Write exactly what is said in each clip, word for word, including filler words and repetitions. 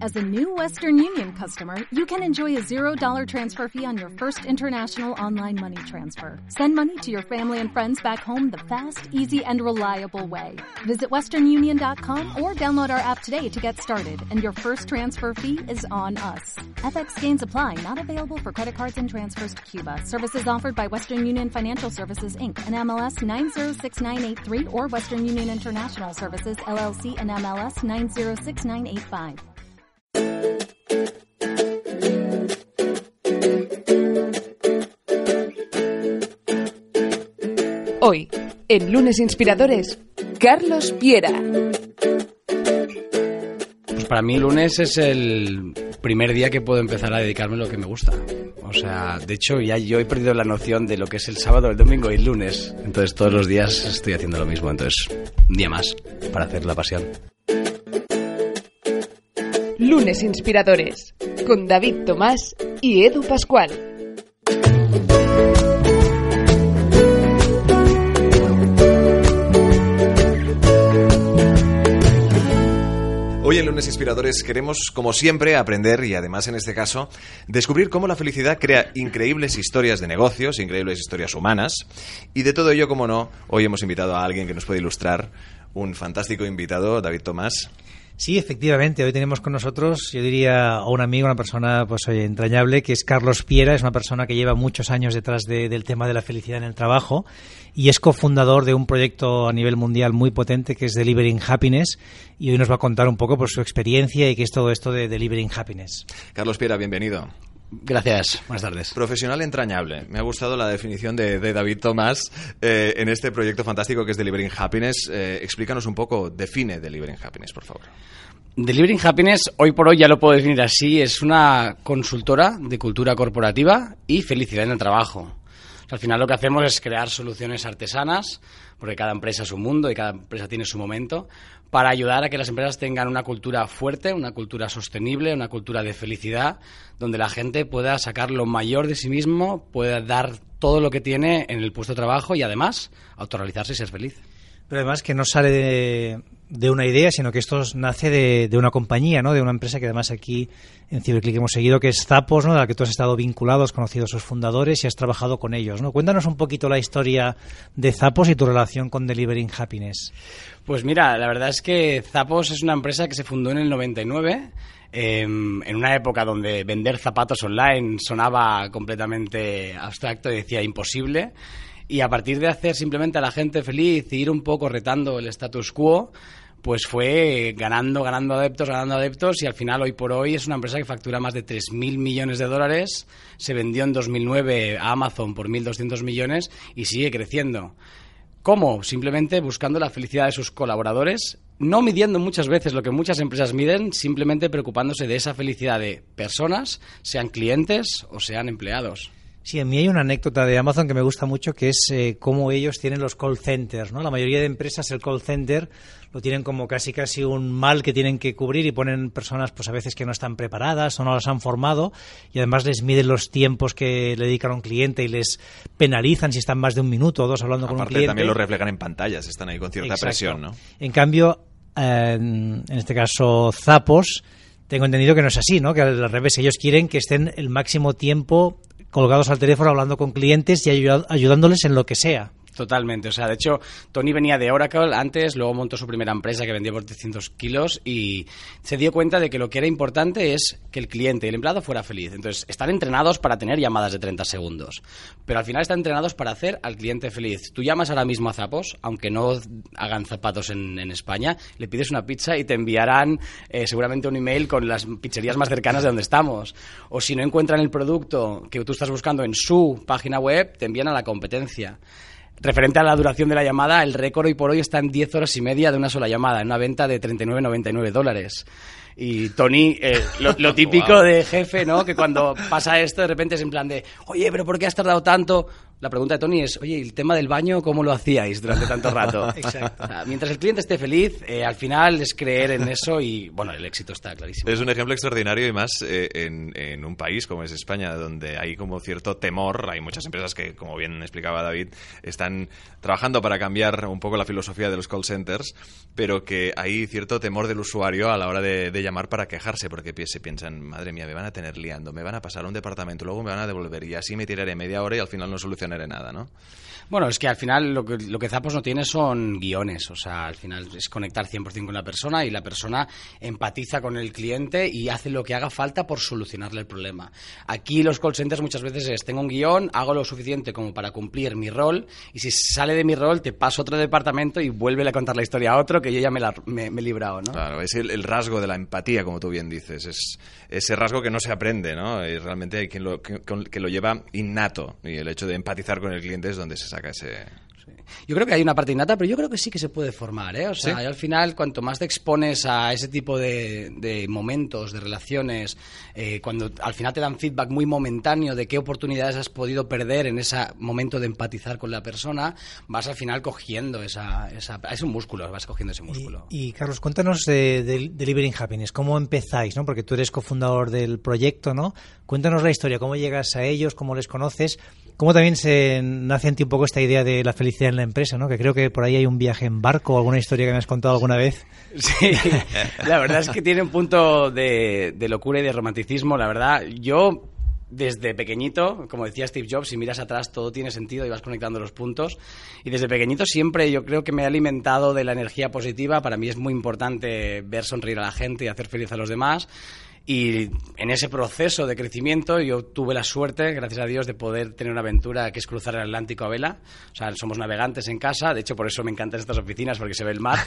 As a new Western Union customer, you can enjoy a zero dollar transfer fee on your first international online money transfer. Send money to your family and friends back home the fast, easy, and reliable way. Visit western union dot com or download our app today to get started, and your first transfer fee is on us. F X gains apply, not available for credit cards and transfers to Cuba. Services offered by Western Union Financial Services, Incorporated, and M L S nine zero six nine eight three or Western Union International Services, L L C, and M L S nine zero six nine eight five. Hoy, en Lunes Inspiradores, Carlos Piera. Pues para mí lunes es el primer día que puedo empezar a dedicarme a lo que me gusta. O sea, de hecho ya yo he perdido la noción de lo que es el sábado, el domingo y el lunes. Entonces todos los días estoy haciendo lo mismo. Entonces, un día más para hacer la pasión. Lunes Inspiradores, con David Tomás y Edu Pascual. Hoy en Lunes Inspiradores queremos, como siempre, aprender y además en este caso, descubrir cómo la felicidad crea increíbles historias de negocios, increíbles historias humanas. Y de todo ello, como no, hoy hemos invitado a alguien que nos puede ilustrar, un fantástico invitado, David Tomás. Sí, efectivamente. Hoy tenemos con nosotros, yo diría, a un amigo, una persona pues oye, entrañable, que es Carlos Piera. Es una persona que lleva muchos años detrás de, del tema de la felicidad en el trabajo y es cofundador de un proyecto a nivel mundial muy potente que es Delivering Happiness, y hoy nos va a contar un poco por su experiencia y qué es todo esto de Delivering Happiness. Carlos Piera, bienvenido. Gracias, buenas tardes. Profesional entrañable. Me ha gustado la definición de, de David Tomás eh, en este proyecto fantástico que es Delivering Happiness. Eh, explícanos un poco, define Delivering Happiness, por favor. Delivering Happiness, hoy por hoy ya lo puedo definir así, es una consultora de cultura corporativa y felicidad en el trabajo. O sea, al final lo que hacemos es crear soluciones artesanas, porque cada empresa es un mundo y cada empresa tiene su momento, para ayudar a que las empresas tengan una cultura fuerte, una cultura sostenible, una cultura de felicidad, donde la gente pueda sacar lo mayor de sí mismo, pueda dar todo lo que tiene en el puesto de trabajo y además autorrealizarse y ser feliz. Pero además que no sale de, de una idea, sino que esto nace de, de una compañía, ¿no? De una empresa que además aquí en Ciberclick hemos seguido, que es Zappos, ¿no? De la que tú has estado vinculado, has conocido a sus fundadores y has trabajado con ellos, ¿no? Cuéntanos un poquito la historia de Zappos y tu relación con Delivering Happiness. Pues mira, la verdad es que Zappos es una empresa que se fundó en el noventa y nueve, eh, en una época donde vender zapatos online sonaba completamente abstracto y decía imposible. Y a partir de hacer simplemente a la gente feliz y ir un poco retando el status quo, pues fue ganando, ganando adeptos, ganando adeptos, y al final, hoy por hoy, es una empresa que factura más de tres mil millones de dólares, se vendió en dos mil nueve a Amazon por mil doscientos millones y sigue creciendo. ¿Cómo? Simplemente buscando la felicidad de sus colaboradores, no midiendo muchas veces lo que muchas empresas miden, simplemente preocupándose de esa felicidad de personas, sean clientes o sean empleados. Sí, a mí hay una anécdota de Amazon que me gusta mucho, que es eh, cómo ellos tienen los call centers, ¿no? La mayoría de empresas el call center lo tienen como casi casi un mal que tienen que cubrir y ponen personas pues a veces que no están preparadas o no las han formado, y además les miden los tiempos que le dedican a un cliente y les penalizan si están más de un minuto o dos hablando Aparte, con un cliente. También lo reflejan en pantallas, están ahí con cierta Exacto. presión, ¿no? En cambio, eh, en este caso Zappos, tengo entendido que no es así, ¿no? Que al revés, ellos quieren que estén el máximo tiempo colgados al teléfono hablando con clientes y ayud- ayudándoles en lo que sea. Totalmente, o sea, de hecho, Tony venía de Oracle antes, luego montó su primera empresa que vendía por trescientos kilos y se dio cuenta de que lo que era importante es que el cliente y el empleado fuera feliz. Entonces, están entrenados para tener llamadas de treinta segundos, pero al final están entrenados para hacer al cliente feliz. Tú llamas ahora mismo a Zappos, aunque no hagan zapatos en, en España, le pides una pizza y te enviarán eh, seguramente un email con las pizzerías más cercanas de donde estamos. O si no encuentran el producto que tú estás buscando en su página web, te envían a la competencia. Referente a la duración de la llamada, el récord hoy por hoy está en diez horas y media de una sola llamada, en una venta de treinta y nueve noventa y nueve dólares. Y Tony, eh, lo, lo típico wow. de jefe, ¿no? Que cuando pasa esto, de repente es en plan de, oye, ¿pero por qué has tardado tanto? la pregunta de Tony es, oye, ¿el tema del baño cómo lo hacíais durante tanto rato? Exacto. O sea, mientras el cliente esté feliz, eh, al final es creer en eso y, bueno, el éxito está clarísimo. Es un ejemplo extraordinario y más eh, en, en un país como es España, donde hay como cierto temor. Hay muchas empresas que, como bien explicaba David, están trabajando para cambiar un poco la filosofía de los call centers, pero que hay cierto temor del usuario a la hora de, de llamar para quejarse, porque se piensan, madre mía, me van a tener liando, me van a pasar a un departamento, luego me van a devolver y así me tiraré media hora y al final no solucionaré nada, ¿no? Bueno, es que al final lo que, lo que Zappos no tiene son guiones, o sea, al final es conectar cien por ciento con la persona y la persona empatiza con el cliente y hace lo que haga falta por solucionarle el problema. Aquí los call centers muchas veces es, tengo un guión, hago lo suficiente como para cumplir mi rol y si sale de mi rol te paso a otro departamento y vuelve a contar la historia a otro que yo ya me, la, me, me he librado, ¿no? Claro, es el, el rasgo de la empatía, como tú bien dices, es ese rasgo que no se aprende, ¿no? Y realmente hay quien lo, que, que lo lleva innato y el hecho de empatizar con el cliente es donde se saca ese... Sí. Yo creo que hay una parte innata, pero yo creo que sí que se puede formar, ¿eh? O sea, ¿Sí? al final, cuanto más te expones a ese tipo de, de momentos, de relaciones, eh, cuando al final te dan feedback muy momentáneo de qué oportunidades has podido perder en ese momento de empatizar con la persona, vas al final cogiendo esa... esa es un músculo, vas cogiendo ese músculo. Y, y Carlos, cuéntanos de, de Delivering Happiness, ¿cómo empezáis, ¿no? Porque tú eres cofundador del proyecto, ¿no? Cuéntanos la historia, cómo llegas a ellos, cómo les conoces, cómo también se nace en ti un poco esta idea de la felicidad en la empresa, ¿no? Que creo que por ahí hay un viaje en barco o alguna historia que me has contado alguna vez. Sí, la verdad es que tiene un punto de, de locura y de romanticismo. La verdad, yo desde pequeñito, como decía Steve Jobs, si miras atrás todo tiene sentido y vas conectando los puntos. Y desde pequeñito siempre yo creo que me he alimentado de la energía positiva. Para mí es muy importante ver sonreír a la gente y hacer feliz a los demás. Y en ese proceso de crecimiento yo tuve la suerte, gracias a Dios, de poder tener una aventura que es cruzar el Atlántico a vela. O sea, somos navegantes en casa, de hecho por eso me encantan estas oficinas, porque se ve el mar.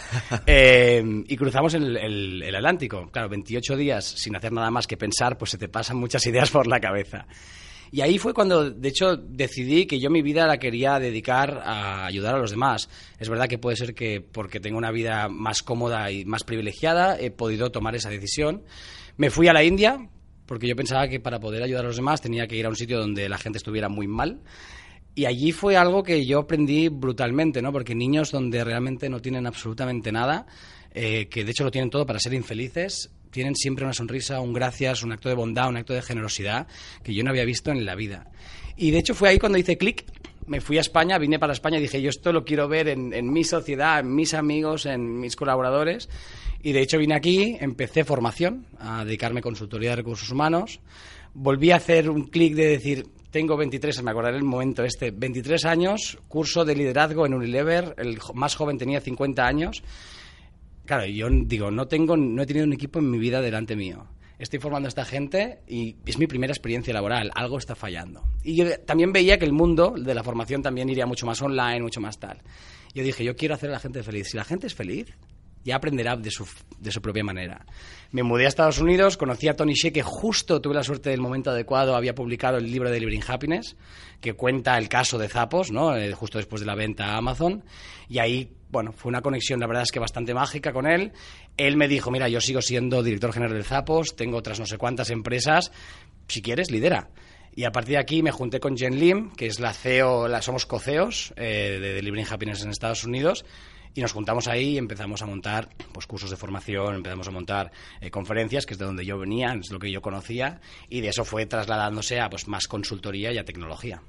eh, y cruzamos el, el, el Atlántico. Claro, veintiocho días sin hacer nada más que pensar, pues se te pasan muchas ideas por la cabeza. Y ahí fue cuando, de hecho, decidí que yo mi vida la quería dedicar a ayudar a los demás. Es verdad que puede ser que porque tengo una vida más cómoda y más privilegiada he podido tomar esa decisión. Me fui a la India porque yo pensaba que para poder ayudar a los demás tenía que ir a un sitio donde la gente estuviera muy mal. Y allí fue algo que yo aprendí brutalmente, ¿no? Porque niños donde realmente no tienen absolutamente nada, eh, que de hecho lo tienen todo para ser infelices, tienen siempre una sonrisa, un gracias, un acto de bondad, un acto de generosidad que yo no había visto en la vida. Y de hecho fue ahí cuando hice clic. Me fui a España, vine para España y dije, yo esto lo quiero ver en, en mi sociedad, en mis amigos, en mis colaboradores. Y de hecho vine aquí, empecé formación, a dedicarme a consultoría de recursos humanos. Volví a hacer un clic de decir, tengo veintitrés, me acordaré el momento este, veintitrés años, curso de liderazgo en Unilever, el más joven tenía cincuenta años. Claro, yo digo, no tengo, no he tenido un equipo en mi vida delante mío. Estoy formando a esta gente y es mi primera experiencia laboral, algo está fallando. Y yo también veía que el mundo de la formación también iría mucho más online, mucho más tal. Yo dije, yo quiero hacer a la gente feliz. Si la gente es feliz, ya aprenderá de su, de su propia manera. Me mudé a Estados Unidos, conocí a Tony Hsieh, que justo tuve la suerte del momento adecuado, había publicado el libro de Delivering Happiness, que cuenta el caso de Zappos, ¿no? Eh, justo después de la venta a Amazon, y ahí, bueno, fue una conexión, la verdad es que bastante mágica con él. Él me dijo, mira, yo sigo siendo director general de Zappos, tengo otras no sé cuántas empresas, si quieres, lidera. Y a partir de aquí me junté con Jen Lim, que es la C E O, la, somos co-C E Os eh, de Delivering Happiness en Estados Unidos, y nos juntamos ahí y empezamos a montar pues cursos de formación, empezamos a montar eh, conferencias, que es de donde yo venía, es lo que yo conocía, y de eso fue trasladándose a pues más consultoría y a tecnología.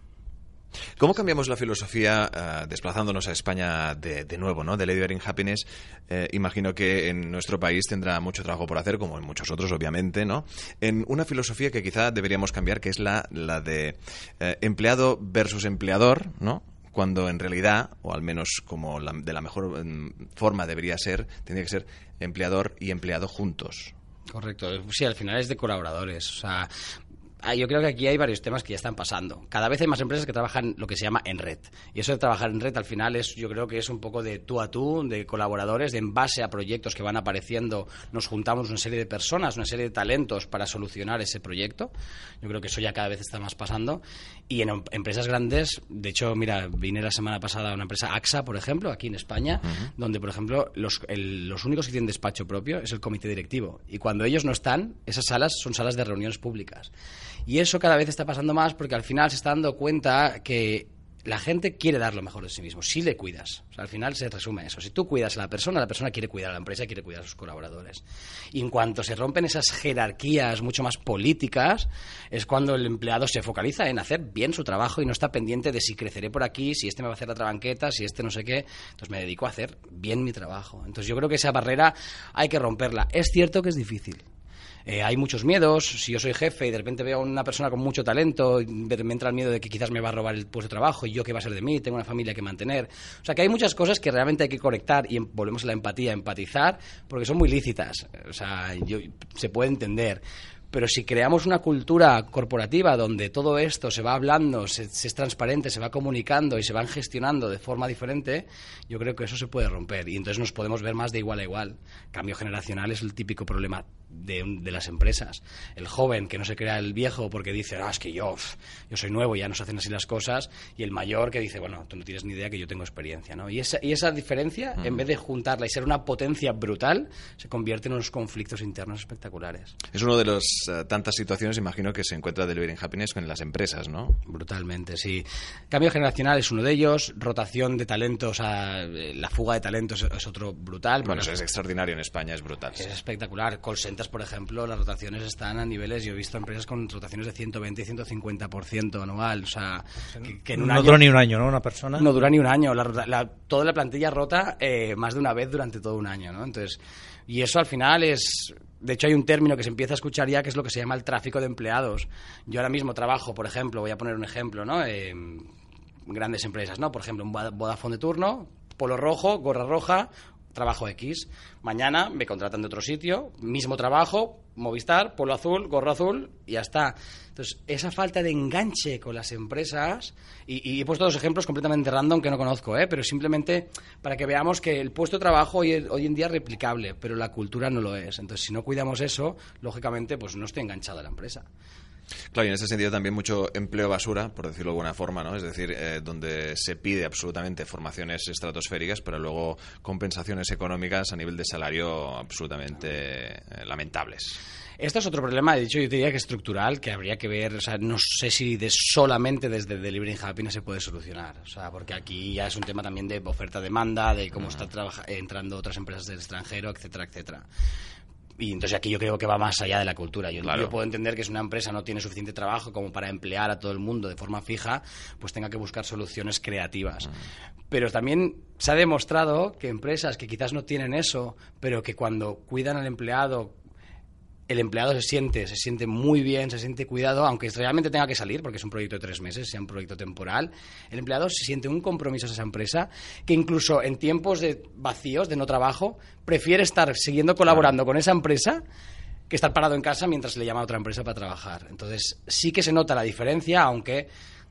¿Cómo cambiamos la filosofía uh, desplazándonos a España de, de nuevo, ¿no? De Delivering Happiness? Eh, imagino que en nuestro país tendrá mucho trabajo por hacer, como en muchos otros, obviamente, ¿no? En una filosofía que quizá deberíamos cambiar, que es la, la de eh, empleado versus empleador, ¿no? Cuando en realidad, o al menos como la, de la mejor forma debería ser, tendría que ser empleador y empleado juntos. Correcto. Sí, al final es de colaboradores. O sea, yo creo que aquí hay varios temas que ya están pasando. Cada vez hay más empresas que trabajan lo que se llama en red. Y eso de trabajar en red al final es, yo creo que es un poco de tú a tú, de colaboradores, de en base a proyectos que van apareciendo, nos juntamos una serie de personas, una serie de talentos para solucionar ese proyecto. Yo creo que eso ya cada vez está más pasando. Y en em- empresas grandes, de hecho, mira, vine la semana pasada a una empresa AXA, por ejemplo, aquí en España, uh-huh. donde, por ejemplo, los, el, los únicos que tienen despacho propio es el comité directivo. Y cuando ellos no están, esas salas son salas de reuniones públicas. Y eso cada vez está pasando más porque al final se está dando cuenta que la gente quiere dar lo mejor de sí mismo, si le cuidas. O sea, al final se resume eso. Si tú cuidas a la persona, la persona quiere cuidar a la empresa, quiere cuidar a sus colaboradores. Y en cuanto se rompen esas jerarquías mucho más políticas, es cuando el empleado se focaliza en hacer bien su trabajo y no está pendiente de si creceré por aquí, si este me va a hacer la otra banqueta, si este no sé qué. Entonces me dedico a hacer bien mi trabajo. Entonces yo creo que esa barrera hay que romperla. Es cierto que es difícil. Eh, hay muchos miedos. Si yo soy jefe y de repente veo a una persona con mucho talento, me entra el miedo de que quizás me va a robar el puesto de trabajo y yo qué va a ser de mí, tengo una familia que mantener. O sea, que hay muchas cosas que realmente hay que conectar y volvemos a la empatía, empatizar, porque son muy lícitas. O sea, yo, se puede entender. Pero si creamos una cultura corporativa donde todo esto se va hablando, se, se es transparente, se va comunicando y se van gestionando de forma diferente, yo creo que eso se puede romper y entonces nos podemos ver más de igual a igual. Cambio generacional es el típico problema de, de las empresas. El joven que no se crea el viejo porque dice, ah, es que yo, yo soy nuevo y ya no se hacen así las cosas, y el mayor que dice, bueno, tú no tienes ni idea que yo tengo experiencia, ¿no? Y esa, y esa diferencia, mm. en vez de juntarla y ser una potencia brutal, se convierte en unos conflictos internos espectaculares. Es uno de los uh, tantas situaciones, imagino, que se encuentra Delivering Happiness en las empresas, ¿no? Brutalmente, sí. Cambio generacional es uno de ellos, rotación de talentos, o sea, la fuga de talentos es otro brutal. Bueno, eso es extraordinario en España, es brutal. Es sí. espectacular. Call centers, por ejemplo, las rotaciones están a niveles, yo he visto empresas con rotaciones de ciento veinte y ciento cincuenta por ciento anual, o sea, que, que en un no año... dura ni un año, ¿no? Una persona. No dura ni un año, la, la, toda la plantilla rota eh, más de una vez durante todo un año, ¿no? Entonces, y eso al final es... De hecho, hay un término que se empieza a escuchar ya que es lo que se llama el tráfico de empleados. Yo ahora mismo trabajo, por ejemplo, voy a poner un ejemplo, ¿no? Eh, grandes empresas, ¿no? Por ejemplo, un Vodafone de turno, polo rojo, gorra roja, trabajo X. Mañana me contratan de otro sitio, mismo trabajo, Movistar, polo azul, gorro azul y ya está. Entonces, esa falta de enganche con las empresas, y, y he puesto dos ejemplos completamente random que no conozco, ¿eh? Pero simplemente para que veamos que el puesto de trabajo hoy, hoy en día es replicable, pero la cultura no lo es. Entonces, si no cuidamos eso, lógicamente, pues no estoy enganchado a la empresa. Claro, y en ese sentido también mucho empleo basura, por decirlo de alguna forma, ¿no? Es decir, eh, donde se pide absolutamente formaciones estratosféricas, pero luego compensaciones económicas a nivel de salario absolutamente eh, lamentables. Esto es otro problema, de hecho yo diría que estructural, que habría que ver, o sea, no sé si de solamente desde Delivering Happiness se puede solucionar, o sea, porque aquí ya es un tema también de oferta-demanda, de cómo uh-huh. están trabaja- entrando otras empresas del extranjero, etcétera, etcétera. Y entonces aquí yo creo que va más allá de la cultura. Yo, claro. yo puedo entender que si una empresa no tiene suficiente trabajo como para emplear a todo el mundo de forma fija, pues tenga que buscar soluciones creativas. Uh-huh. Pero también se ha demostrado que empresas que quizás no tienen eso, pero que cuando cuidan al empleado, el empleado se siente, se siente muy bien, se siente cuidado, aunque realmente tenga que salir, porque es un proyecto de tres meses, sea un proyecto temporal, el empleado se siente un compromiso a esa empresa, que incluso en tiempos de vacíos, de no trabajo, prefiere estar siguiendo colaborando con esa empresa que estar parado en casa mientras le llama a otra empresa para trabajar. Entonces, sí que se nota la diferencia, aunque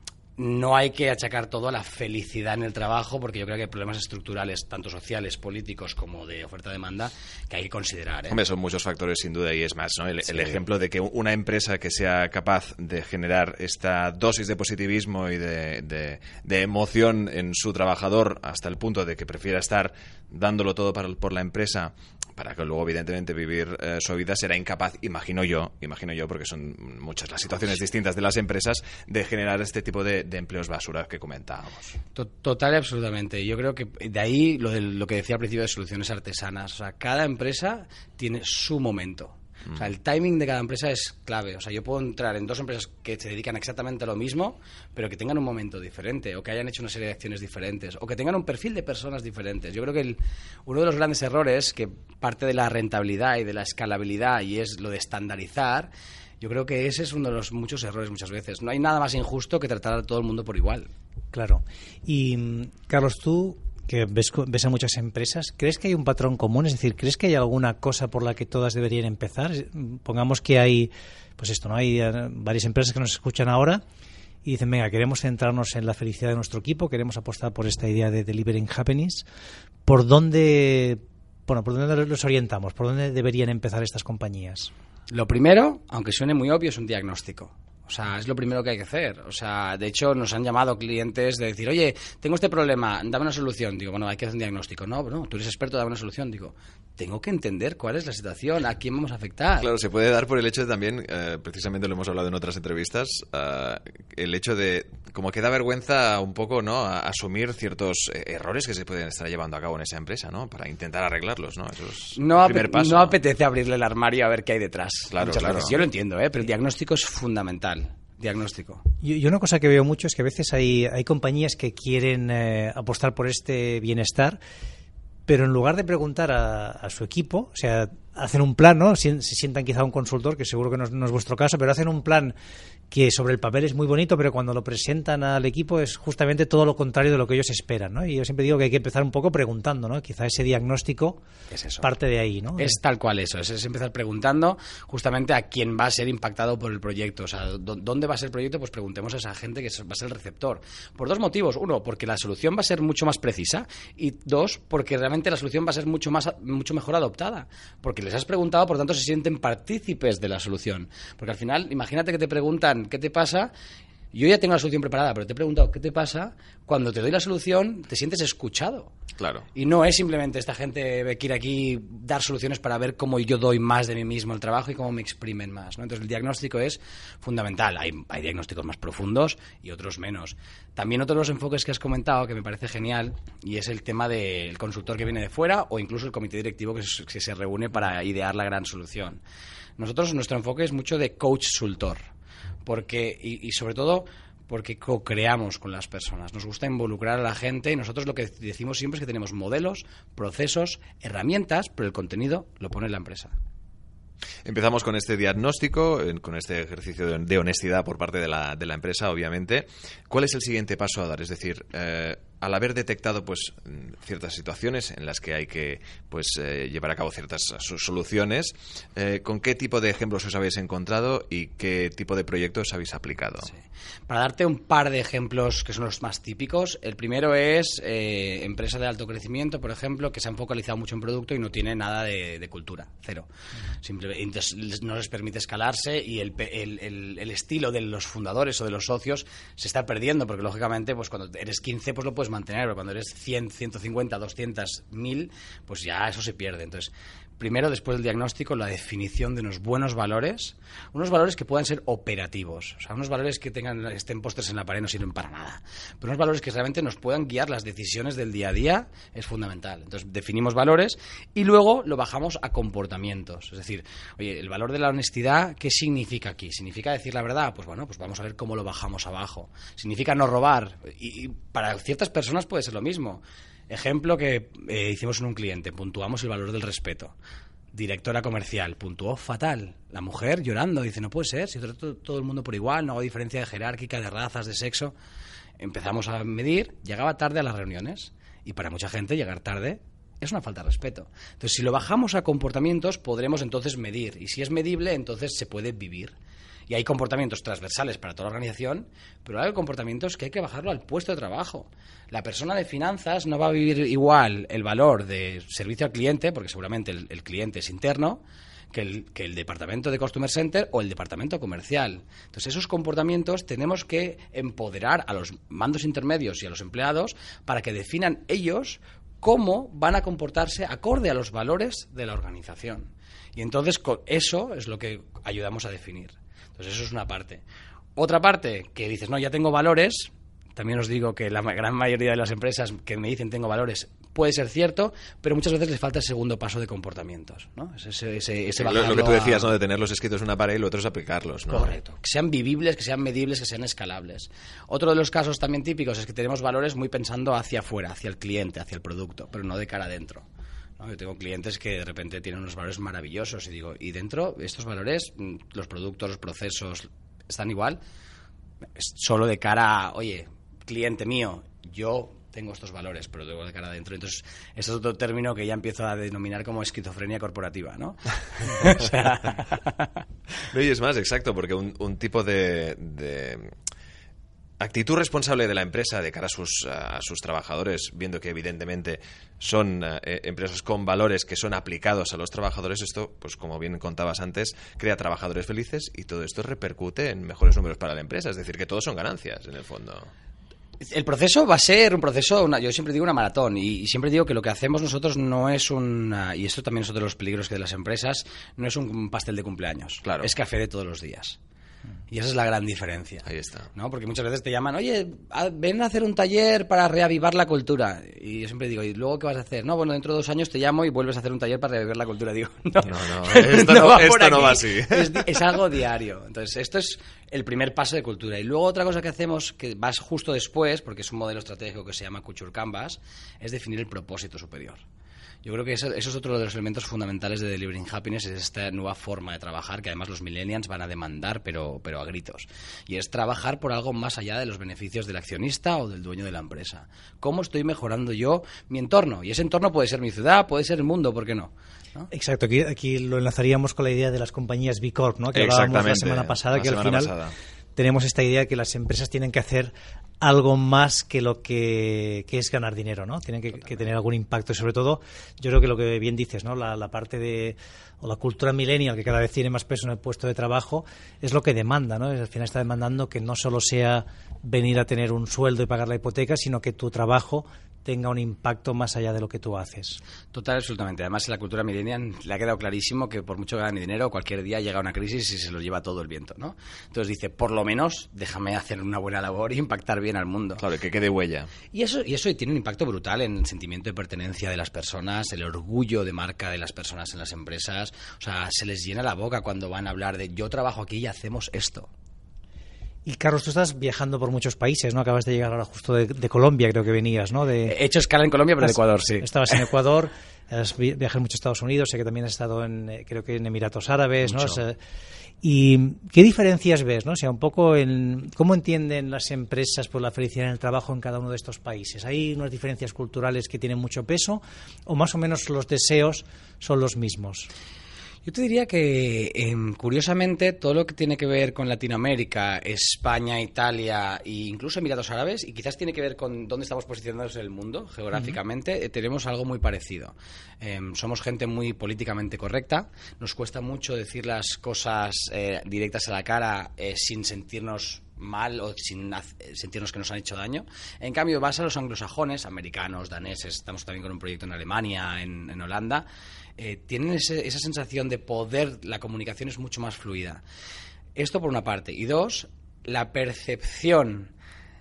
no hay que achacar todo a la felicidad en el trabajo, porque yo creo que hay problemas estructurales, tanto sociales, políticos, como de oferta-demanda, que hay que considerar, ¿eh? Hombre, son muchos factores, sin duda, y es más, ¿no? El, sí. el ejemplo de que una empresa que sea capaz de generar esta dosis de positivismo y de, de, de emoción en su trabajador hasta el punto de que prefiera estar dándolo todo para, por la empresa para que luego, evidentemente, vivir eh, su vida, será incapaz, imagino yo, imagino yo, porque son muchas las situaciones distintas de las empresas, de generar este tipo de, de empleos basura que comentábamos. Total y absolutamente. Yo creo que de ahí lo, de, lo que decía al principio de soluciones artesanas. O sea, cada empresa tiene su momento. O sea, el timing de cada empresa es clave. O sea, yo puedo entrar en dos empresas que se dedican exactamente a lo mismo, pero que tengan un momento diferente, o que hayan hecho una serie de acciones diferentes, o que tengan un perfil de personas diferentes. Yo creo que el, uno de los grandes errores, que parte de la rentabilidad y de la escalabilidad, y es lo de estandarizar, yo creo que ese es uno de los muchos errores muchas veces. No hay nada más injusto que tratar a todo el mundo por igual. Claro. Y, Carlos, tú, que ves, ves a muchas empresas, ¿crees que hay un patrón común? Es decir, ¿crees que hay alguna cosa por la que todas deberían empezar? Pongamos que hay, pues esto, ¿no? Hay varias empresas que nos escuchan ahora y dicen, venga, queremos centrarnos en la felicidad de nuestro equipo, queremos apostar por esta idea de Delivering Happiness. ¿Por dónde, bueno, por dónde los orientamos? ¿Por dónde deberían empezar estas compañías? Lo primero, aunque suene muy obvio, es un diagnóstico. O sea, es lo primero que hay que hacer. O sea, de hecho, nos han llamado clientes de decir, oye, tengo este problema, dame una solución. Digo, bueno, hay que hacer un diagnóstico. No, no, tú eres experto, dame una solución. Digo, tengo que entender cuál es la situación, a quién vamos a afectar. Claro, se puede dar por el hecho de también, eh, precisamente lo hemos hablado en otras entrevistas, uh, el hecho de, como que da vergüenza un poco, ¿no?, a asumir ciertos eh, errores que se pueden estar llevando a cabo en esa empresa, ¿no?, para intentar arreglarlos, ¿no? Eso es no el primer paso. No apetece abrirle el armario a ver qué hay detrás. Claro, claro. Yo lo entiendo, ¿eh? Pero el diagnóstico es fundamental. Diagnóstico. Y, y una cosa que veo mucho es que a veces hay, hay compañías que quieren eh, apostar por este bienestar, pero en lugar de preguntar a, a su equipo, o sea, hacen un plan, ¿no? Se, se sientan quizá un consultor, que seguro que no es, no es vuestro caso, pero hacen un plan que sobre el papel es muy bonito, pero cuando lo presentan al equipo es justamente todo lo contrario de lo que ellos esperan, ¿no? Y yo siempre digo que hay que empezar un poco preguntando, ¿no? Quizá ese diagnóstico es eso. Parte de ahí, ¿no? Es tal cual eso, es, es empezar preguntando justamente a quién va a ser impactado por el proyecto, o sea, ¿dónde va a ser el proyecto? Pues preguntemos a esa gente que va a ser el receptor. Por dos motivos. Uno, porque la solución va a ser mucho más precisa, y dos, porque realmente la solución va a ser mucho más mucho mejor adoptada, porque les has preguntado, por tanto se sienten partícipes de la solución. Porque al final, imagínate que te preguntan ¿qué te pasa? Yo ya tengo la solución preparada, pero te he preguntado ¿qué te pasa? Cuando te doy la solución, te sientes escuchado. Claro. Y no es simplemente esta gente quiere aquí dar soluciones para ver cómo yo doy más de mí mismo al trabajo y cómo me exprimen más, ¿no? Entonces el diagnóstico es fundamental. Hay, hay diagnósticos más profundos y otros menos. También otro de los enfoques que has comentado que me parece genial, y es el tema del consultor que viene de fuera o incluso el comité directivo que se, que se reúne para idear la gran solución. Nosotros, nuestro enfoque es mucho de coach-sultor. Porque, y, y sobre todo porque co-creamos con las personas. Nos gusta involucrar a la gente y nosotros lo que decimos siempre es que tenemos modelos, procesos, herramientas, pero el contenido lo pone la empresa. Empezamos con este diagnóstico, con este ejercicio de honestidad por parte de la, de la empresa, obviamente. ¿Cuál es el siguiente paso a dar? Es decir, eh, al haber detectado pues ciertas situaciones en las que hay que pues eh, llevar a cabo ciertas soluciones, eh, ¿con qué tipo de ejemplos os habéis encontrado y qué tipo de proyectos habéis aplicado? Sí. Para darte un par de ejemplos que son los más típicos, el primero es eh, empresa de alto crecimiento, por ejemplo, que se han focalizado mucho en producto y no tiene nada de, de cultura, cero. Simplemente, entonces no les permite escalarse y el, el, el, el estilo de los fundadores o de los socios se está perdiendo, porque lógicamente pues cuando eres quince pues lo puedes mantener, pero cuando eres cien, ciento cincuenta, doscientos, mil, pues ya eso se pierde. Entonces, primero, después del diagnóstico, la definición de unos buenos valores, unos valores que puedan ser operativos, o sea, unos valores que tengan estén pósters en la pared no sirven para nada, pero unos valores que realmente nos puedan guiar las decisiones del día a día es fundamental. Entonces, definimos valores y luego lo bajamos a comportamientos, es decir, oye, el valor de la honestidad, ¿qué significa aquí? ¿Significa decir la verdad? Pues bueno, pues vamos a ver cómo lo bajamos abajo. ¿Significa no robar? Y, y para ciertas personas puede ser lo mismo. Ejemplo que eh, hicimos en un cliente, puntuamos el valor del respeto. Directora comercial, puntuó fatal. La mujer llorando, dice, no puede ser, si trato todo el mundo por igual, no hago diferencia de jerárquica, de razas, de sexo. Empezamos a medir, llegaba tarde a las reuniones y para mucha gente llegar tarde es una falta de respeto. Entonces, si lo bajamos a comportamientos, podremos entonces medir. Y si es medible, entonces se puede vivir. Y hay comportamientos transversales para toda la organización, pero hay comportamientos que hay que bajarlo al puesto de trabajo. La persona de finanzas no va a vivir igual el valor de servicio al cliente, porque seguramente el, el cliente es interno, que el, que el departamento de Customer Center o el departamento comercial. Entonces, esos comportamientos tenemos que empoderar a los mandos intermedios y a los empleados para que definan ellos cómo van a comportarse acorde a los valores de la organización. Y entonces, con eso es lo que ayudamos a definir. Entonces, eso es una parte. Otra parte, que dices, no, ya tengo valores. También os digo que la gran mayoría de las empresas que me dicen tengo valores puede ser cierto, pero muchas veces les falta el segundo paso de comportamientos, ¿no? Ese, ese, ese lo, lo que tú decías, a... ¿no? De tenerlos escritos en una pared y lo otro es aplicarlos, ¿no? Correcto. Que sean vivibles, que sean medibles, que sean escalables. Otro de los casos también típicos es que tenemos valores muy pensando hacia afuera, hacia el cliente, hacia el producto, pero no de cara adentro. ¿No? Yo tengo clientes que de repente tienen unos valores maravillosos y digo, ¿y dentro estos valores, los productos, los procesos, están igual? Es solo de cara a, oye, cliente mío, yo tengo estos valores, pero tengo de cara adentro. Entonces, ese es otro término que ya empiezo a denominar como esquizofrenia corporativa, ¿no? O sea... No, y es más, exacto, porque un, un tipo de... de... actitud responsable de la empresa de cara a sus, a sus trabajadores, viendo que evidentemente son eh, empresas con valores que son aplicados a los trabajadores, esto, pues como bien contabas antes, crea trabajadores felices y todo esto repercute en mejores números para la empresa, es decir, que todos son ganancias en el fondo. El proceso va a ser un proceso, una, yo siempre digo una maratón y, y siempre digo que lo que hacemos nosotros no es un, y esto también es otro de los peligros que de las empresas, no es un pastel de cumpleaños, claro. Es café de todos los días. Y esa es la gran diferencia. Ahí está. ¿No? Porque muchas veces te llaman, oye, a, ven a hacer un taller para reavivar la cultura. Y yo siempre digo, ¿y luego qué vas a hacer? No, bueno, dentro de dos años te llamo y vuelves a hacer un taller para reavivar la cultura. Digo, no, no, no esto, no, no, va, esto no va así. Es, es algo diario. Entonces, esto es el primer paso de cultura. Y luego otra cosa que hacemos, que vas justo después, porque es un modelo estratégico que se llama Culture Canvas, es definir el propósito superior. Yo creo que eso, eso es otro de los elementos fundamentales de Delivering Happiness, es esta nueva forma de trabajar que además los millennials van a demandar, pero, pero a gritos. Y es trabajar por algo más allá de los beneficios del accionista o del dueño de la empresa. ¿Cómo estoy mejorando yo mi entorno? Y ese entorno puede ser mi ciudad, puede ser el mundo, ¿por qué no? ¿No? Exacto, aquí, aquí lo enlazaríamos con la idea de las compañías B Corp, ¿no? Que hablábamos la semana pasada, la que semana al final pasada. Tenemos esta idea de que las empresas tienen que hacer algo más que lo que, que es ganar dinero, ¿no? Tienen que, que tener algún impacto y sobre todo, yo creo que lo que bien dices, ¿no? La, la parte de, o la cultura millennial que cada vez tiene más peso en el puesto de trabajo es lo que demanda, ¿no? Al final está demandando que no solo sea venir a tener un sueldo y pagar la hipoteca, sino que tu trabajo tenga un impacto más allá de lo que tú haces. Total, absolutamente. Además, en la cultura millennial le ha quedado clarísimo que por mucho que gane dinero, cualquier día llega una crisis y se lo lleva todo el viento, ¿no? Entonces dice, por lo menos, déjame hacer una buena labor y impactar bien al mundo. Claro, que quede huella. Y eso, y eso tiene un impacto brutal en el sentimiento de pertenencia de las personas, el orgullo de marca de las personas en las empresas. O sea, se les llena la boca cuando van a hablar de yo trabajo aquí y hacemos esto. Y Carlos, tú estás viajando por muchos países, ¿no? Acabas de llegar ahora justo de, de Colombia, creo que venías, ¿no? De, He hecho escala en Colombia, pero en Ecuador, sí. Estabas en Ecuador, has viajado mucho a Estados Unidos, sé que también has estado en, creo que en Emiratos Árabes, mucho. ¿No? O sea, ¿y qué diferencias ves, no? O sea, un poco en cómo entienden las empresas por la felicidad en el trabajo en cada uno de estos países. ¿Hay unas diferencias culturales que tienen mucho peso o más o menos los deseos son los mismos? Yo te diría que, eh, curiosamente, todo lo que tiene que ver con Latinoamérica, España, Italia e incluso Emiratos Árabes, y quizás tiene que ver con dónde estamos posicionados en el mundo, geográficamente, uh-huh. eh, tenemos algo muy parecido. Eh, somos gente muy políticamente correcta, nos cuesta mucho decir las cosas eh, directas a la cara eh, sin sentirnos mal o sin sentirnos que nos han hecho daño. En cambio, vas a los anglosajones, americanos, daneses, estamos también con un proyecto en Alemania, en, en Holanda, eh, tienen ese, esa sensación de poder, la comunicación es mucho más fluida. Esto por una parte. Y dos, la percepción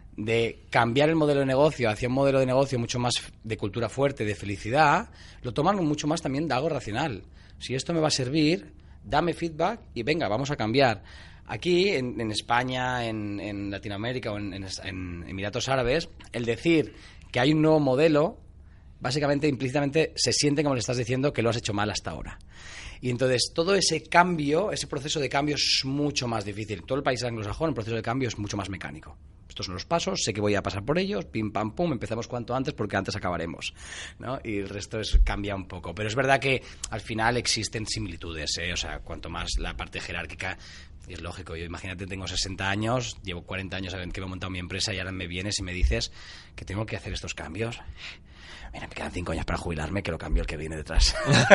de cambiar el modelo de negocio hacia un modelo de negocio mucho más de cultura fuerte, de felicidad, lo toman mucho más también de algo racional. Si esto me va a servir, dame feedback y venga, vamos a cambiar. Aquí, en, en España, en, en Latinoamérica o en, en, en Emiratos Árabes, el decir que hay un nuevo modelo, básicamente, implícitamente, se siente como le estás diciendo que lo has hecho mal hasta ahora. Y entonces, todo ese cambio, ese proceso de cambio es mucho más difícil. Todo el país anglosajón, el proceso de cambio es mucho más mecánico. Estos son los pasos, sé que voy a pasar por ellos, pim, pam, pum, empezamos cuanto antes porque antes acabaremos, ¿no? Y el resto es, cambia un poco. Pero es verdad que al final existen similitudes, ¿eh? O sea, cuanto más la parte jerárquica, y es lógico, yo imagínate, tengo sesenta años, llevo cuarenta años que me he montado mi empresa y ahora me vienes y me dices que tengo que hacer estos cambios. Mira, me quedan cinco años para jubilarme, que lo cambio el que viene detrás.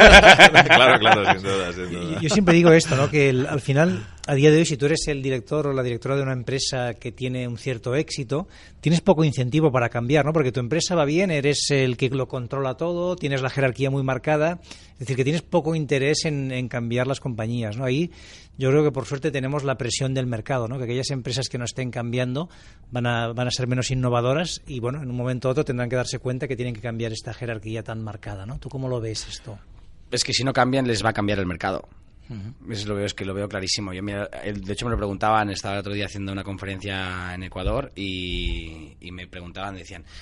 Claro, claro, sin duda, sin duda. Yo, yo siempre digo esto, ¿no? Que el, al final, a día de hoy, si tú eres el director o la directora de una empresa que tiene un cierto éxito, tienes poco incentivo para cambiar, ¿no? Porque tu empresa va bien, eres el que lo controla todo, tienes la jerarquía muy marcada, es decir, que tienes poco interés en, en cambiar las compañías, ¿no? Ahí yo creo que por suerte tenemos la presión del mercado, ¿no? Que aquellas empresas que no estén cambiando van a, van a ser menos innovadoras y, bueno, en un momento u otro tendrán que darse cuenta que tienen que cambiar esta jerarquía tan marcada, ¿no? ¿Tú cómo lo ves esto? Es que si no cambian les va a cambiar el mercado. Uh-huh. Eso lo veo, es que lo veo clarísimo. Yo, mira, de hecho me lo preguntaban, estaba el otro día haciendo una conferencia en Ecuador y, y me preguntaban, decían,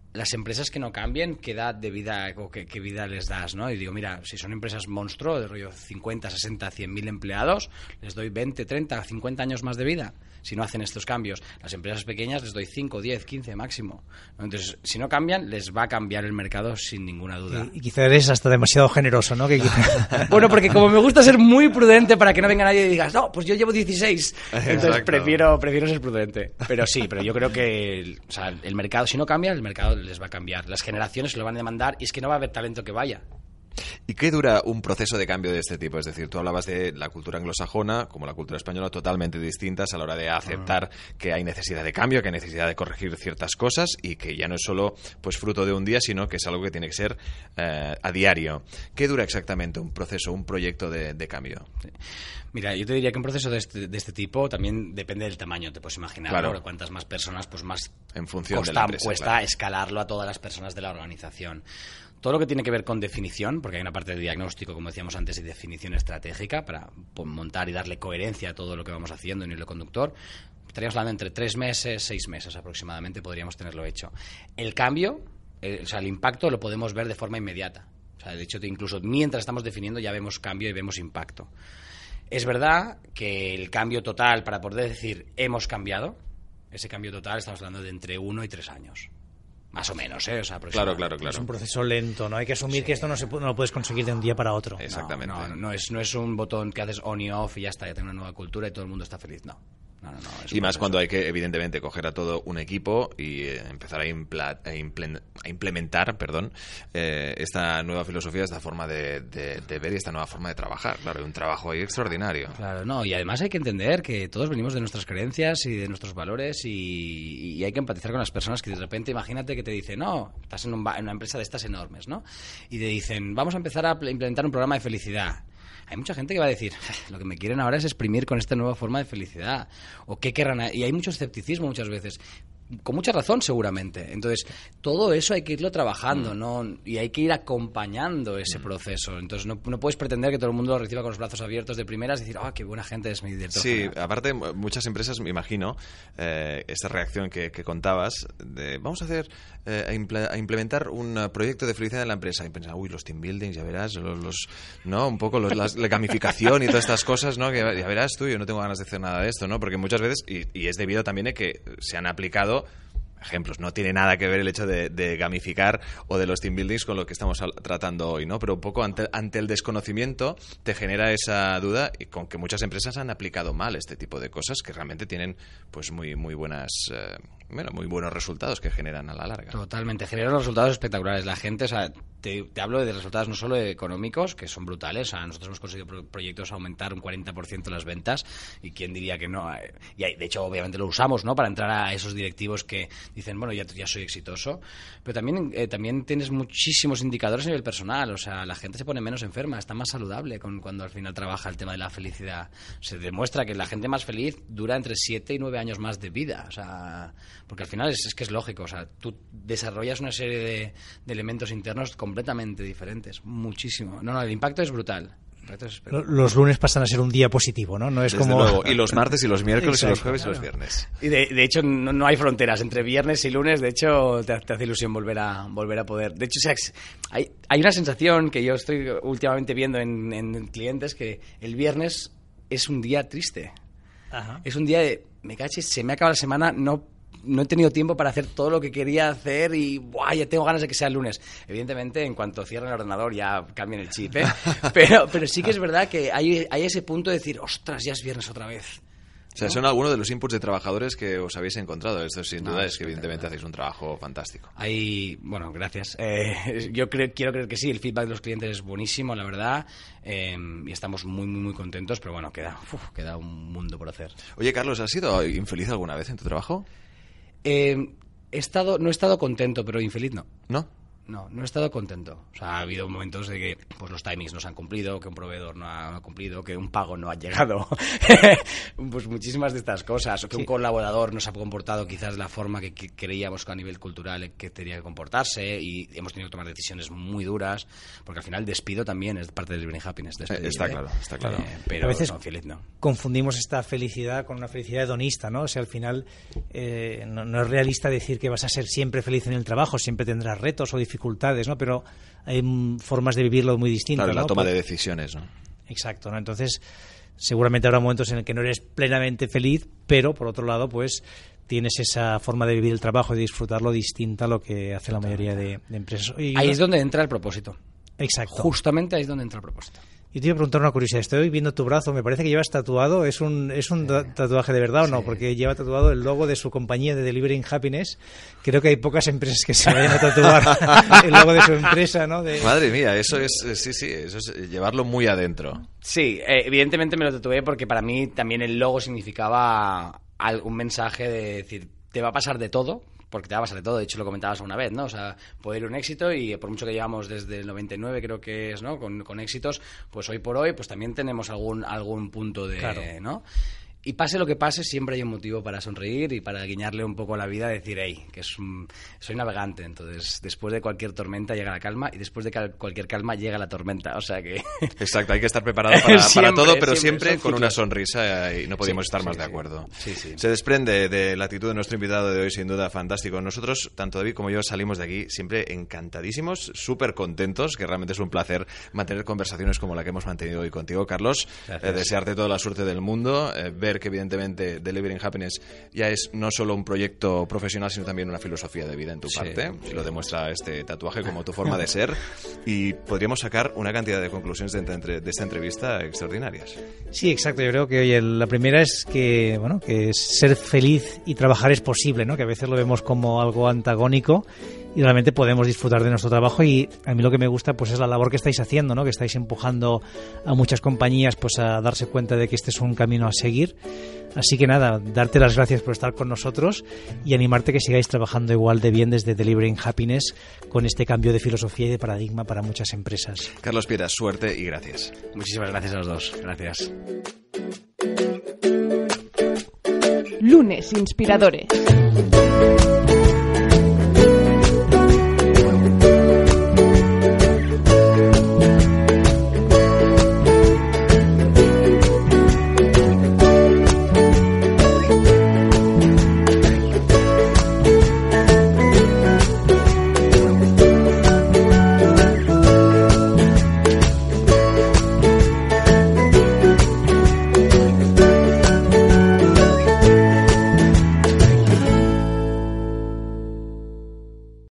las empresas que no cambien, ¿qué edad de vida o qué, qué vida les das, ¿no? Y digo, mira, si son empresas monstruo, de rollo cincuenta, sesenta, cien mil empleados, les doy veinte, treinta, cincuenta años más de vida si no hacen estos cambios. Las empresas pequeñas les doy cinco, diez, quince máximo, ¿no? Entonces, si no cambian, les va a cambiar el mercado sin ninguna duda. Y, y quizá eres hasta demasiado generoso, ¿no? Que quizá... Bueno, porque como me gusta ser muy prudente para que no venga nadie y digas, no, pues yo llevo dieciséis. Entonces prefiero, prefiero ser prudente. Pero sí, pero yo creo que el, o sea, el mercado, si no cambia, el mercado les va a cambiar. Las generaciones se lo van a demandar y es que no va a haber talento que vaya. ¿Y qué dura un proceso de cambio de este tipo? Es decir, tú hablabas de la cultura anglosajona como la cultura española, totalmente distintas a la hora de aceptar uh-huh. que hay necesidad de cambio, que hay necesidad de corregir ciertas cosas y que ya no es solo pues fruto de un día, sino que es algo que tiene que ser eh, a diario. ¿Qué dura exactamente un proceso, un proyecto de, de cambio? Sí. Mira, yo te diría que un proceso de este, de este tipo también depende del tamaño, te puedes imaginar, claro. ¿no? Cuantas más personas, pues más en función costa, de la empresa, cuesta claro. escalarlo a todas las personas de la organización. Todo lo que tiene que ver con definición, porque hay una parte de diagnóstico, como decíamos antes, y definición estratégica para montar y darle coherencia a todo lo que vamos haciendo en el hilo conductor, estaríamos hablando entre tres meses, seis meses aproximadamente, podríamos tenerlo hecho. El cambio, el, o sea, el impacto lo podemos ver de forma inmediata. O sea, de hecho, incluso mientras estamos definiendo ya vemos cambio y vemos impacto. Es verdad que el cambio total, para poder decir hemos cambiado, ese cambio total estamos hablando de entre uno y tres años. Más o menos, ¿eh? O sea, claro, claro, claro. Es un proceso lento, ¿no? Hay que asumir sí. que esto no, se, no lo puedes conseguir de un día para otro. Exactamente. No, no, no, es, no es un botón que haces on y off y ya está, ya tengo una nueva cultura y todo el mundo está feliz. No. No, no, no, y más cuando hay que, evidentemente, coger a todo un equipo y eh, empezar a, impla, a, imple, a implementar perdón, eh, esta nueva filosofía, esta forma de, de, de ver y esta nueva forma de trabajar. Claro, hay un trabajo ahí extraordinario. Claro, no, y además hay que entender que todos venimos de nuestras creencias y de nuestros valores y, y hay que empatizar con las personas que de repente, imagínate que te dicen, no, estás en, un, en una empresa de estas enormes, ¿no? Y te dicen, vamos a empezar a implementar un programa de felicidad. Hay mucha gente que va a decir, lo que me quieren ahora es exprimir con esta nueva forma de felicidad. ¿O qué querrán? Y hay mucho escepticismo muchas veces. Con mucha razón, seguramente. Entonces, todo eso hay que irlo trabajando, mm. ¿no? Y hay que ir acompañando ese mm. proceso. Entonces, no, no puedes pretender que todo el mundo lo reciba con los brazos abiertos de primeras y decir, ah, oh, qué buena gente es mi director Sí, general. Aparte, muchas empresas, me imagino, eh, esta reacción que, que contabas, de vamos a hacer, eh, a, imple, a implementar un proyecto de felicidad en la empresa. Y pensar, uy, los team buildings, ya verás, los, los ¿no? Un poco los, las, la gamificación y todas estas cosas, ¿no? Que ya verás tú, yo no tengo ganas de hacer nada de esto, ¿no? Porque muchas veces, y, y es debido también a que se han aplicado ejemplos, no tiene nada que ver el hecho de, de gamificar o de los team buildings con lo que estamos al, tratando hoy, ¿no? Pero un poco ante, ante el desconocimiento te genera esa duda y con que muchas empresas han aplicado mal este tipo de cosas que realmente tienen pues muy muy buenas eh, bueno, muy buenos resultados que generan a la larga. Totalmente, generan resultados espectaculares. La gente, o sea, te, te hablo de resultados no solo económicos, que son brutales, o sea, nosotros hemos conseguido pro- proyectos aumentar un cuarenta por ciento las ventas y quién diría que no. Y de hecho, obviamente lo usamos, ¿no? Para entrar a esos directivos que dicen, bueno, ya, ya soy exitoso, pero también eh, también tienes muchísimos indicadores a nivel personal, o sea, la gente se pone menos enferma, está más saludable con, cuando al final trabaja el tema de la felicidad. Se demuestra que la gente más feliz dura entre siete y nueve años más de vida, o sea, porque al final es, es que es lógico, o sea, tú desarrollas una serie de, de elementos internos completamente diferentes, muchísimo. No, no, el impacto es brutal. Los lunes pasan a ser un día positivo, ¿no? No es Desde como... luego. Y los martes y los miércoles. Exacto, y los jueves claro. y los viernes. Y de, de hecho no, no hay fronteras entre viernes y lunes. De hecho te, te hace ilusión volver a volver a poder. De hecho, o sea, hay, hay una sensación que yo estoy últimamente viendo en, en clientes que el viernes es un día triste. Ajá. Es un día de, me caches, se me acaba la semana, no no he tenido tiempo para hacer todo lo que quería hacer y ¡buah! Ya tengo ganas de que sea el lunes. Evidentemente, en cuanto cierren el ordenador ya cambian el chip, ¿eh? Pero, pero sí que es verdad que hay, hay ese punto de decir, ostras, ya es viernes otra vez. O sea, ¿no? Son algunos de los inputs de trabajadores que os habéis encontrado. Esto sin no, duda es que evidentemente hacéis un trabajo fantástico. Hay, bueno, gracias. Eh, yo creo, quiero creer que sí, el feedback de los clientes es buenísimo, la verdad, eh, y estamos muy, muy, muy contentos, pero bueno, queda, uf, queda un mundo por hacer. Oye, Carlos, ¿has sido infeliz alguna vez en tu trabajo? Eh, he estado, no he estado contento, pero infeliz no. ¿No? no, no he estado contento. O sea, ha habido momentos de que pues los timings no se han cumplido, que un proveedor no ha, no ha cumplido, que un pago no ha llegado. Pues muchísimas de estas cosas. O que sí. un colaborador no se ha comportado quizás de la forma que, que creíamos que a nivel cultural que tenía que comportarse, y hemos tenido que tomar decisiones muy duras, porque al final el despido también es parte del Delivering Happiness. Despedir, está ¿eh? claro, está claro. Eh, pero a veces no, feliz no. confundimos esta felicidad con una felicidad hedonista, ¿no? O sea, al final eh, no, no es realista decir que vas a ser siempre feliz en el trabajo, siempre tendrás retos o dificultades, ¿no? Pero hay formas de vivirlo muy distintas. Claro, la ¿no? toma Por... de decisiones, ¿no? Exacto, ¿no? Entonces, seguramente habrá momentos en el que no eres plenamente feliz, pero por otro lado, pues tienes esa forma de vivir el trabajo y de disfrutarlo distinta a lo que hace la mayoría de, de empresas. Y ahí yo... es donde entra el propósito. Exacto. Justamente ahí es donde entra el propósito. Yo te iba a preguntar una curiosidad. Estoy viendo tu brazo, me parece que llevas tatuado. ¿Es un, es un sí. tatuaje de verdad o no? Sí. Porque lleva tatuado el logo de su compañía de Delivering Happiness. Creo que hay pocas empresas que se vayan a tatuar el logo de su empresa, ¿no? De... Madre mía, eso es, sí, sí, eso es llevarlo muy adentro. Sí, eh, evidentemente me lo tatué porque para mí también el logo significaba un mensaje de decir, te va a pasar de todo, porque te va a pasar de todo, de hecho lo comentabas una vez, ¿no? O sea, puede ir un éxito y por mucho que llevamos desde el noventa y nueve, creo que es, ¿no? Con, con éxitos, pues hoy por hoy pues también tenemos algún algún punto de, claro. ¿no? Y pase lo que pase, siempre hay un motivo para sonreír y para guiñarle un poco la vida, decir, hey, que es un, soy navegante, entonces después de cualquier tormenta llega la calma y después de cal, cualquier calma llega la tormenta, o sea que... Exacto, hay que estar preparado para, siempre, para todo, pero siempre, siempre con una sonrisa y no podemos sí, estar sí, más sí, de acuerdo. Sí, sí. Se desprende de la actitud de nuestro invitado de hoy, sin duda, fantástico. Nosotros, tanto David como yo, salimos de aquí siempre encantadísimos, súper contentos, que realmente es un placer mantener conversaciones como la que hemos mantenido hoy contigo, Carlos. Eh, desearte toda la suerte del mundo, eh, ver que evidentemente Delivering Happiness ya es no solo un proyecto profesional, sino también una filosofía de vida en tu sí, parte. Sí. Lo demuestra este tatuaje como tu forma de ser. Y podríamos sacar una cantidad de conclusiones de, entre, de esta entrevista extraordinarias. Sí, exacto. Yo creo que oye, la primera es que, bueno, que ser feliz y trabajar es posible, ¿no? Que a veces lo vemos como algo antagónico y realmente podemos disfrutar de nuestro trabajo, y a mí lo que me gusta pues es la labor que estáis haciendo, ¿no? Que estáis empujando a muchas compañías pues a darse cuenta de que este es un camino a seguir. Así que nada, darte las gracias por estar con nosotros y animarte que sigáis trabajando igual de bien desde Delivering Happiness con este cambio de filosofía y de paradigma para muchas empresas. Carlos Piedras, suerte y gracias. Muchísimas gracias a los dos. Gracias. Lunes Inspiradores.